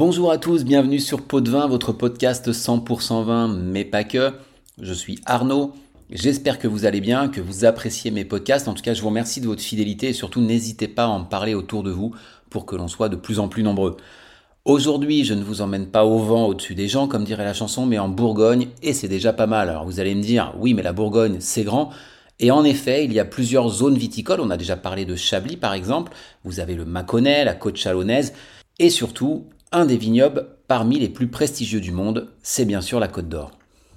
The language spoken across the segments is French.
Bonjour à tous, bienvenue sur Pot de Vin, votre podcast 100% vin, mais pas que. Je suis Arnaud, j'espère que vous allez bien, que vous appréciez mes podcasts. En tout cas, je vous remercie de votre fidélité et surtout n'hésitez pas à en parler autour de vous pour que l'on soit de plus en plus nombreux. Aujourd'hui, je ne vous emmène pas au vent au-dessus des gens, comme dirait la chanson, mais en Bourgogne, et c'est déjà pas mal. Alors vous allez me dire, oui, mais la Bourgogne, c'est grand. Et en effet, il y a plusieurs zones viticoles. On a déjà parlé de Chablis, par exemple. Vous avez le Mâconnais, la Côte Chalonnaise, et surtout, un des vignobles parmi les plus prestigieux du monde, c'est bien sûr la Côte d'Or.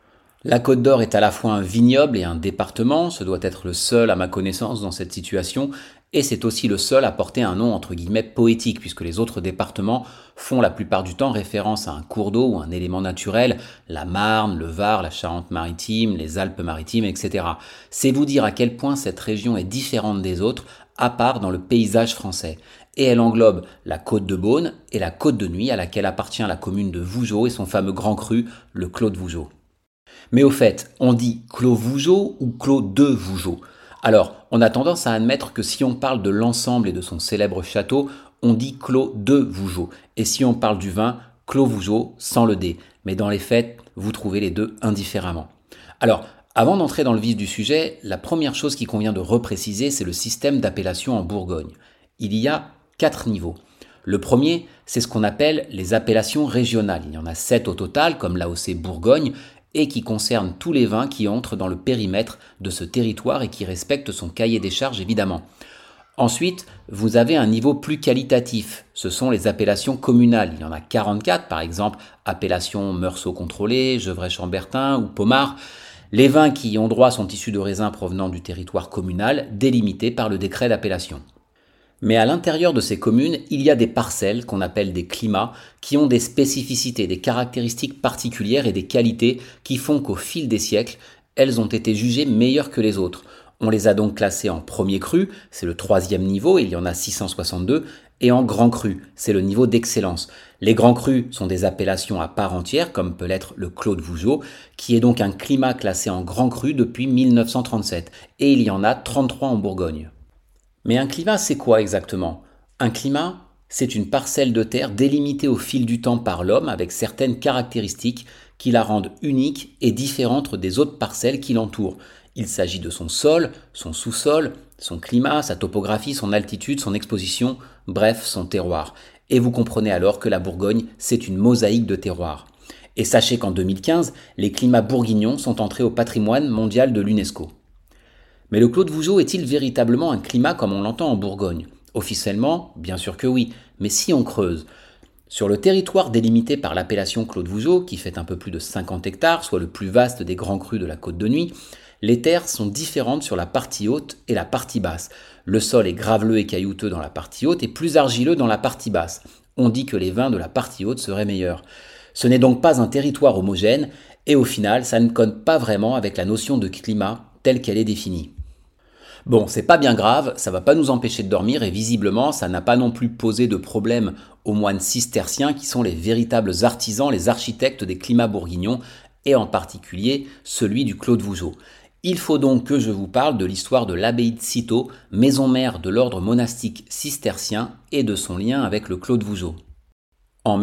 La Côte d'Or est à la fois un vignoble et un département, ce doit être le seul à ma connaissance dans cette situation, et c'est aussi le seul à porter un nom entre guillemets poétique, puisque les autres départements font la plupart du temps référence à un cours d'eau ou un élément naturel, la Marne, le Var, la Charente-Maritime, les Alpes-Maritimes, etc. C'est vous dire à quel point cette région est différente des autres, à part dans le paysage français. Et elle englobe la côte de Beaune et la côte de Nuits à laquelle appartient la commune de Vougeot et son fameux grand cru, le Clos de Vougeot. Mais au fait, on dit Clos Vougeot ou Clos de Vougeot? Alors, on a tendance à admettre que si on parle de l'ensemble et de son célèbre château, on dit Clos de Vougeot. Et si on parle du vin, Clos Vougeot sans le D. Mais dans les faits, vous trouvez les deux indifféremment. Alors, avant d'entrer dans le vif du sujet, la première chose qu'il convient de repréciser, c'est le système d'appellation en Bourgogne. Il y a 4 niveaux. Le premier, c'est ce qu'on appelle les appellations régionales. Il y en a 7 au total, comme l'AOC Bourgogne, et qui concernent tous les vins qui entrent dans le périmètre de ce territoire et qui respectent son cahier des charges évidemment. Ensuite, vous avez un niveau plus qualitatif, ce sont les appellations communales. Il y en a 44 par exemple, appellation Meursault contrôlé, Gevrey-Chambertin ou Pommard. Les vins qui y ont droit sont issus de raisins provenant du territoire communal, délimités par le décret d'appellation. Mais à l'intérieur de ces communes, il y a des parcelles qu'on appelle des climats qui ont des spécificités, des caractéristiques particulières et des qualités qui font qu'au fil des siècles, elles ont été jugées meilleures que les autres. On les a donc classées en premier cru, c'est le 3e niveau, il y en a 662, et en grand cru, c'est le niveau d'excellence. Les grands crus sont des appellations à part entière, comme peut l'être le Clos de Vougeot, qui est donc un climat classé en grand cru depuis 1937, et il y en a 33 en Bourgogne. Mais un climat, c'est quoi exactement? Un climat, c'est une parcelle de terre délimitée au fil du temps par l'homme avec certaines caractéristiques qui la rendent unique et différente des autres parcelles qui l'entourent. Il s'agit de son sol, son sous-sol, son climat, sa topographie, son altitude, son exposition, bref, son terroir. Et vous comprenez alors que la Bourgogne, c'est une mosaïque de terroirs. Et sachez qu'en 2015, les climats bourguignons sont entrés au patrimoine mondial de l'UNESCO. Mais le Clos de Vougeot est-il véritablement un climat comme on l'entend en Bourgogne? Officiellement, bien sûr que oui, mais si on creuse. Sur le territoire délimité par l'appellation Clos de Vougeot, qui fait un peu plus de 50 hectares, soit le plus vaste des grands crus de la Côte de Nuits, les terres sont différentes sur la partie haute et la partie basse. Le sol est graveleux et caillouteux dans la partie haute et plus argileux dans la partie basse. On dit que les vins de la partie haute seraient meilleurs. Ce n'est donc pas un territoire homogène et au final, ça ne colle pas vraiment avec la notion de climat telle qu'elle est définie. Bon, c'est pas bien grave, ça va pas nous empêcher de dormir et visiblement, ça n'a pas non plus posé de problème aux moines cisterciens qui sont les véritables artisans, les architectes des climats bourguignons et en particulier celui du Clos de Vougeot. Il faut donc que je vous parle de l'histoire de l'abbaye de Cîteaux, maison mère de l'ordre monastique cistercien et de son lien avec le Clos de Vougeot. En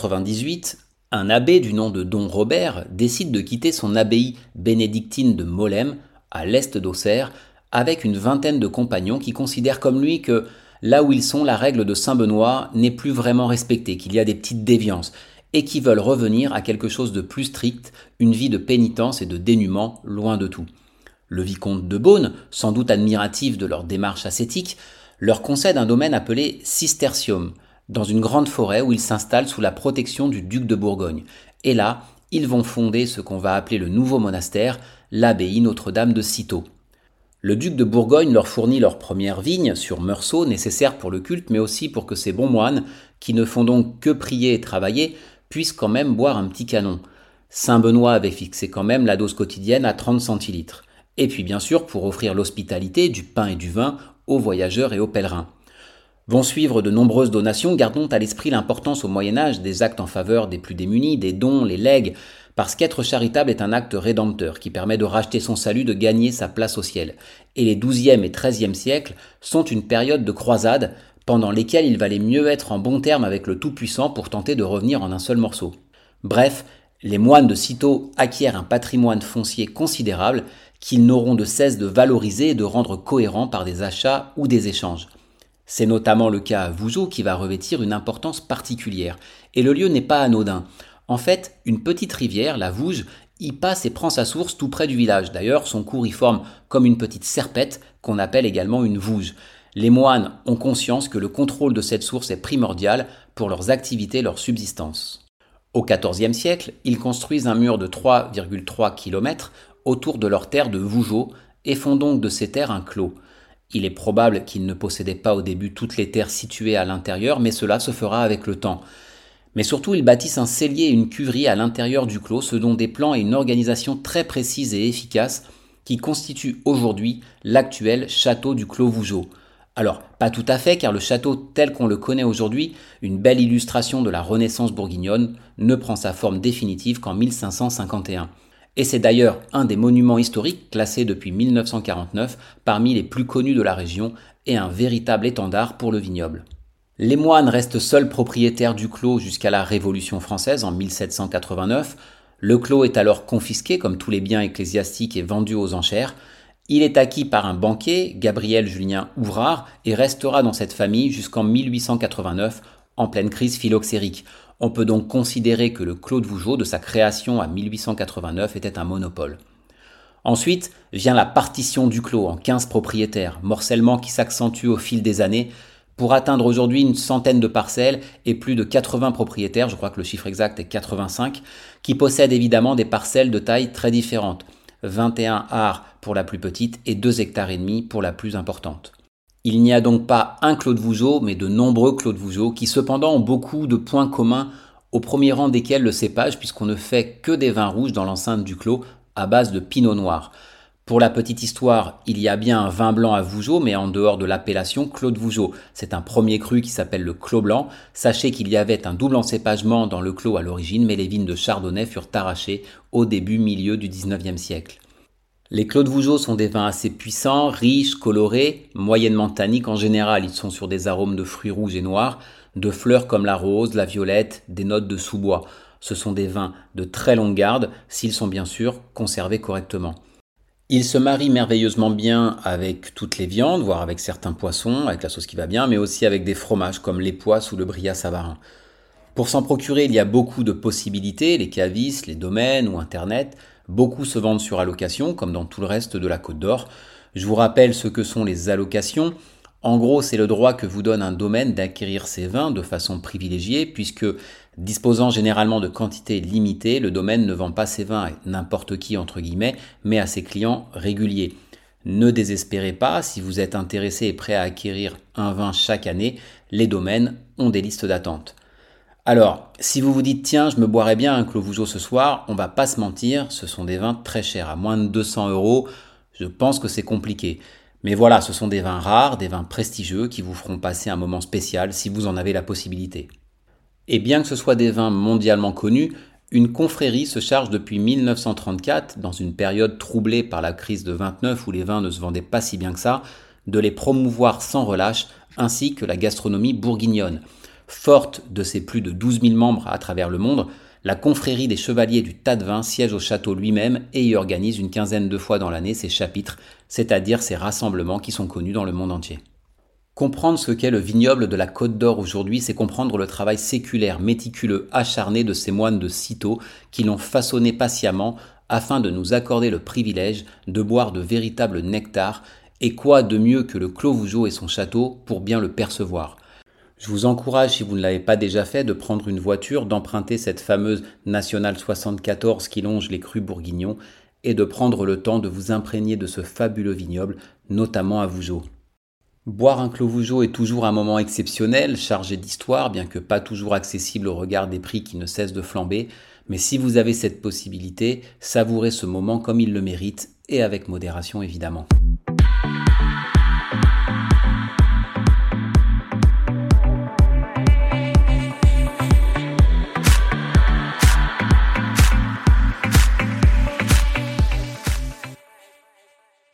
1098, un abbé du nom de Don Robert décide de quitter son abbaye bénédictine de Molesme, à l'est d'Auxerre, avec une vingtaine de compagnons qui considèrent comme lui que là où ils sont, la règle de Saint-Benoît n'est plus vraiment respectée, qu'il y a des petites déviances, et qui veulent revenir à quelque chose de plus strict, une vie de pénitence et de dénuement loin de tout. Le vicomte de Beaune, sans doute admiratif de leur démarche ascétique, leur concède un domaine appelé Cistercium, dans une grande forêt où ils s'installent sous la protection du duc de Bourgogne. Et là, ils vont fonder ce qu'on va appeler le nouveau monastère, l'abbaye Notre-Dame de Cîteaux. Le duc de Bourgogne leur fournit leur première vigne sur Meursault, nécessaire pour le culte, mais aussi pour que ces bons moines, qui ne font donc que prier et travailler, puissent quand même boire un petit canon. Saint Benoît avait fixé quand même la dose quotidienne à 30 centilitres. Et puis bien sûr pour offrir l'hospitalité, du pain et du vin aux voyageurs et aux pèlerins. Vont suivre de nombreuses donations, gardons à l'esprit l'importance au Moyen-Âge des actes en faveur des plus démunis, des dons, les legs, parce qu'être charitable est un acte rédempteur qui permet de racheter son salut, de gagner sa place au ciel. Et les XIIe et XIIIe siècles sont une période de croisade pendant lesquels il valait mieux être en bon terme avec le Tout-Puissant pour tenter de revenir en un seul morceau. Bref, les moines de Cîteaux acquièrent un patrimoine foncier considérable qu'ils n'auront de cesse de valoriser et de rendre cohérent par des achats ou des échanges. C'est notamment le cas à Vougeot qui va revêtir une importance particulière. Et le lieu n'est pas anodin. En fait, une petite rivière, la Vouge, y passe et prend sa source tout près du village. D'ailleurs, son cours y forme comme une petite serpette qu'on appelle également une vouge. Les moines ont conscience que le contrôle de cette source est primordial pour leurs activités et leur subsistance. Au XIVe siècle, ils construisent un mur de 3,3 km autour de leur terre de Vougeot et font donc de ces terres un clos. Il est probable qu'ils ne possédaient pas au début toutes les terres situées à l'intérieur, mais cela se fera avec le temps. Mais surtout, ils bâtissent un cellier et une cuverie à l'intérieur du clos, ce dont des plans et une organisation très précise et efficace qui constituent aujourd'hui l'actuel château du Clos Vougeot. Alors, pas tout à fait, car le château tel qu'on le connaît aujourd'hui, une belle illustration de la Renaissance bourguignonne, ne prend sa forme définitive qu'en 1551. Et c'est d'ailleurs un des monuments historiques classés depuis 1949 parmi les plus connus de la région et un véritable étendard pour le vignoble. Les moines restent seuls propriétaires du clos jusqu'à la Révolution française en 1789. Le clos est alors confisqué comme tous les biens ecclésiastiques et vendu aux enchères. Il est acquis par un banquier, Gabriel Julien Ouvrard, et restera dans cette famille jusqu'en 1889, en pleine crise phylloxérique. On peut donc considérer que le Clos de Vougeot, de sa création à 1889, était un monopole. Ensuite vient la partition du clos en 15 propriétaires, morcellement qui s'accentue au fil des années, pour atteindre aujourd'hui une centaine de parcelles et plus de 80 propriétaires, je crois que le chiffre exact est 85, qui possèdent évidemment des parcelles de taille très différentes. 21 arts pour la plus petite et 2,5 hectares pour la plus importante. Il n'y a donc pas un Clos de Vougeot, mais de nombreux Clos de Vougeot qui cependant ont beaucoup de points communs, au premier rang desquels le cépage, puisqu'on ne fait que des vins rouges dans l'enceinte du Clos à base de pinot noir. Pour la petite histoire, il y a bien un vin blanc à Vougeot, mais en dehors de l'appellation Clos de Vougeot. C'est un premier cru qui s'appelle le Clos blanc. Sachez qu'il y avait un double encépagement dans le Clos à l'origine, mais les vignes de Chardonnay furent arrachées au début-milieu du XIXe siècle. Les Clos de Vougeot sont des vins assez puissants, riches, colorés, moyennement tanniques. En général, ils sont sur des arômes de fruits rouges et noirs, de fleurs comme la rose, la violette, des notes de sous-bois. Ce sont des vins de très longue garde, s'ils sont bien sûr conservés correctement. Ils se marient merveilleusement bien avec toutes les viandes, voire avec certains poissons, avec la sauce qui va bien, mais aussi avec des fromages comme l'époisse ou le brillat savarin. Pour s'en procurer, il y a beaucoup de possibilités, les cavistes, les domaines ou Internet. Beaucoup se vendent sur allocation, comme dans tout le reste de la Côte d'Or. Je vous rappelle ce que sont les allocations. En gros, c'est le droit que vous donne un domaine d'acquérir ses vins de façon privilégiée, puisque disposant généralement de quantités limitées, le domaine ne vend pas ses vins à n'importe qui, entre guillemets, mais à ses clients réguliers. Ne désespérez pas, si vous êtes intéressé et prêt à acquérir un vin chaque année, les domaines ont des listes d'attente. Alors, si vous vous dites, tiens, je me boirais bien un Clos Vougeot ce soir, on va pas se mentir, ce sont des vins très chers, à moins de 200 €, je pense que c'est compliqué. Mais voilà, ce sont des vins rares, des vins prestigieux qui vous feront passer un moment spécial si vous en avez la possibilité. Et bien que ce soit des vins mondialement connus, une confrérie se charge depuis 1934, dans une période troublée par la crise de 29 où les vins ne se vendaient pas si bien que ça, de les promouvoir sans relâche, ainsi que la gastronomie bourguignonne. Forte de ses plus de 12 000 membres à travers le monde, la confrérie des chevaliers du tas de vin siège au château lui-même et y organise une quinzaine de fois dans l'année ses chapitres, c'est-à-dire ses rassemblements qui sont connus dans le monde entier. Comprendre ce qu'est le vignoble de la Côte d'Or aujourd'hui, c'est comprendre le travail séculaire, méticuleux, acharné de ces moines de Cîteaux qui l'ont façonné patiemment afin de nous accorder le privilège de boire de véritables nectars, et quoi de mieux que le Clos Vougeot et son château pour bien le percevoir. Je vous encourage, si vous ne l'avez pas déjà fait, de prendre une voiture, d'emprunter cette fameuse Nationale 74 qui longe les crus bourguignons et de prendre le temps de vous imprégner de ce fabuleux vignoble, notamment à Vougeot. Boire un Clos Vougeot est toujours un moment exceptionnel, chargé d'histoire, bien que pas toujours accessible au regard des prix qui ne cessent de flamber, mais si vous avez cette possibilité, savourez ce moment comme il le mérite et avec modération évidemment.